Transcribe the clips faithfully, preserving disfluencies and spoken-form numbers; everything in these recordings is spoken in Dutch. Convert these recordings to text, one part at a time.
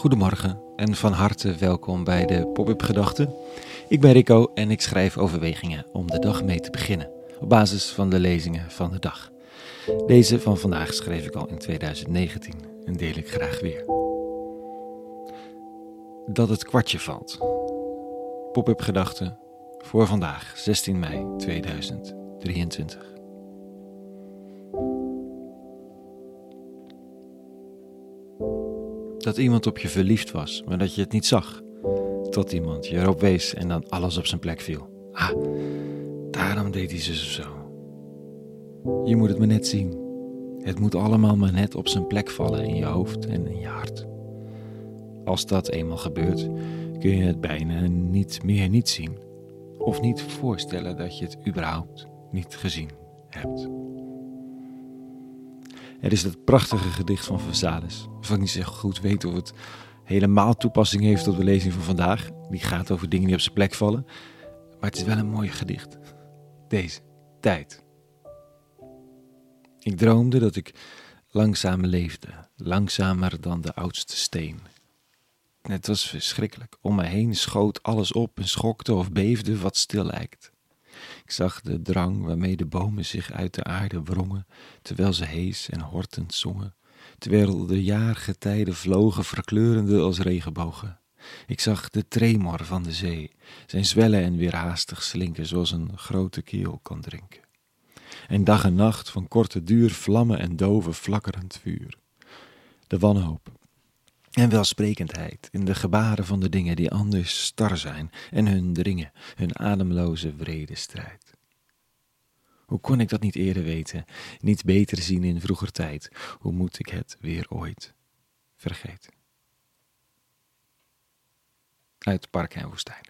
Goedemorgen en van harte welkom bij de Pop-up Gedachten. Ik ben Rico en ik schrijf overwegingen om de dag mee te beginnen, op basis van de lezingen van de dag. Deze van vandaag schreef ik al in twintig negentien en deel ik graag weer. Dat het kwartje valt. Pop-up Gedachten voor vandaag, zestien mei tweeduizend drieëntwintig. Dat iemand op je verliefd was, maar dat je het niet zag. Tot iemand je erop wees en dan alles op zijn plek viel. Ah, daarom deed hij zus of zo. Je moet het maar net zien. Het moet allemaal maar net op zijn plek vallen in je hoofd en in je hart. Als dat eenmaal gebeurt, kun je het bijna niet meer niet zien. Of niet voorstellen dat je het überhaupt niet gezien hebt. Er is het prachtige gedicht van Vesalis, waarvan ik niet zo goed weet of het helemaal toepassing heeft op de lezing van vandaag. Die gaat over dingen die op zijn plek vallen. Maar het is wel een mooi gedicht. Deze tijd. Ik droomde dat ik langzamer leefde, langzamer dan de oudste steen. Het was verschrikkelijk. Om me heen schoot alles op en schokte of beefde wat stil lijkt. Ik zag de drang waarmee de bomen zich uit de aarde wrongen, terwijl ze hees en hortend zongen, terwijl de jaargetijden vlogen verkleurende als regenbogen. Ik zag de tremor van de zee, zijn zwellen en weer haastig slinken, zoals een grote kiel kan drinken. En dag en nacht van korte duur, vlammen en doven flakkerend vuur. De wanhoop en welsprekendheid in de gebaren van de dingen die anders star zijn en hun dringen, hun ademloze wrede strijd. Hoe kon ik dat niet eerder weten, niet beter zien in vroeger tijd? Hoe moet ik het weer ooit vergeten? Uit Park en Woestijn.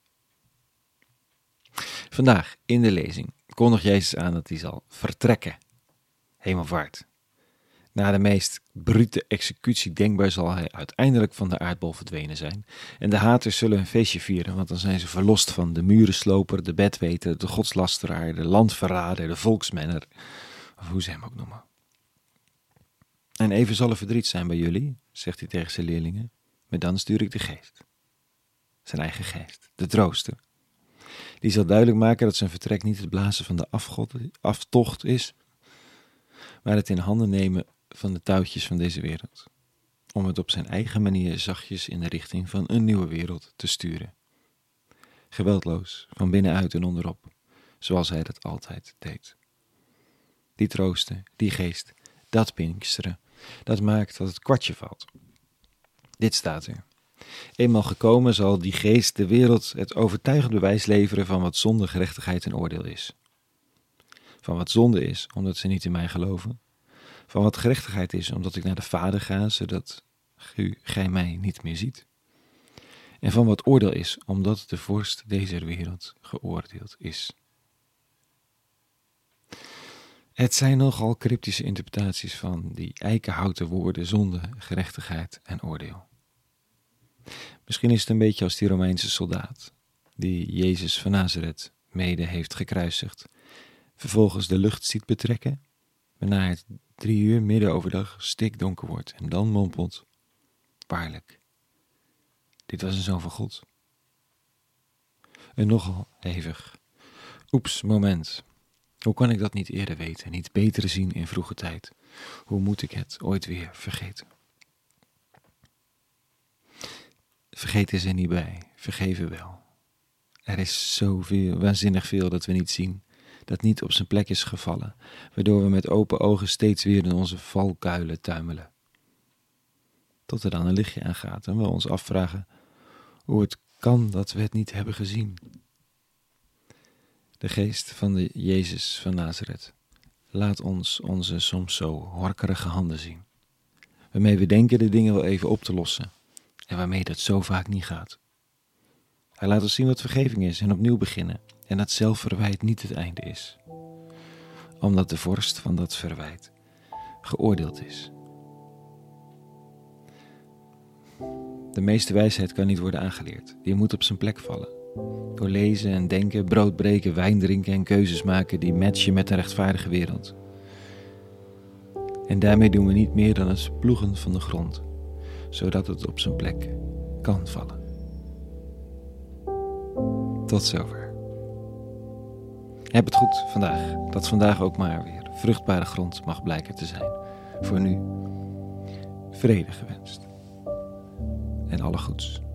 Vandaag in de lezing kondigt Jezus aan dat hij zal vertrekken, hemelvaart. Na de meest brute executie denkbaar zal hij uiteindelijk van de aardbol verdwenen zijn. En de haters zullen een feestje vieren, want dan zijn ze verlost van de murensloper, de bedweter, de godslasteraar, de landverrader, de volksmenner, of hoe ze hem ook noemen. En even zal er verdriet zijn bij jullie, zegt hij tegen zijn leerlingen, maar dan stuur ik de geest. Zijn eigen geest, de trooster. Die zal duidelijk maken dat zijn vertrek niet het blazen van de afgod, aftocht is, maar het in handen nemen van de touwtjes van deze wereld, om het op zijn eigen manier zachtjes in de richting van een nieuwe wereld te sturen. Geweldloos, van binnenuit en onderop, zoals hij dat altijd deed. Die troosten, die geest, dat pinksteren, dat maakt dat het kwartje valt. Dit staat er. Eenmaal gekomen zal die geest de wereld het overtuigend bewijs leveren van wat zonde, gerechtigheid en oordeel is. Van wat zonde is, omdat ze niet in mij geloven. Van wat gerechtigheid is, omdat ik naar de Vader ga, zodat u, gij mij niet meer ziet. En van wat oordeel is, omdat de vorst deze wereld geoordeeld is. Het zijn nogal cryptische interpretaties van die eikenhouten woorden zonde, gerechtigheid en oordeel. Misschien is het een beetje als die Romeinse soldaat, die Jezus van Nazareth mede heeft gekruisigd, vervolgens de lucht ziet betrekken, waarna het drie uur midden overdag stikdonker wordt en dan mompelt, waarlijk, dit was een zoon van God. Een nogal hevig, oeps moment. Hoe kan ik dat niet eerder weten, niet beter zien in vroege tijd? Hoe moet ik het ooit weer vergeten? Vergeten is er niet bij, vergeven wel. Er is zoveel, waanzinnig veel dat we niet zien, dat niet op zijn plek is gevallen, waardoor we met open ogen steeds weer in onze valkuilen tuimelen. Tot er dan een lichtje aangaat en we ons afvragen hoe het kan dat we het niet hebben gezien. De geest van de Jezus van Nazareth laat ons onze soms zo horkerige handen zien, waarmee we denken de dingen wel even op te lossen en waarmee dat zo vaak niet gaat. Hij laat ons zien wat vergeving is en opnieuw beginnen en dat zelfverwijt niet het einde is, omdat de vorst van dat verwijt geoordeeld is. De meeste wijsheid kan niet worden aangeleerd, die moet op zijn plek vallen. Door lezen en denken, brood breken, wijn drinken en keuzes maken die matchen met een rechtvaardige wereld. En daarmee doen we niet meer dan het ploegen van de grond, zodat het op zijn plek kan vallen. Tot zover. Heb het goed vandaag, dat vandaag ook maar weer vruchtbare grond mag blijken te zijn. Voor nu, vrede gewenst en alle goeds.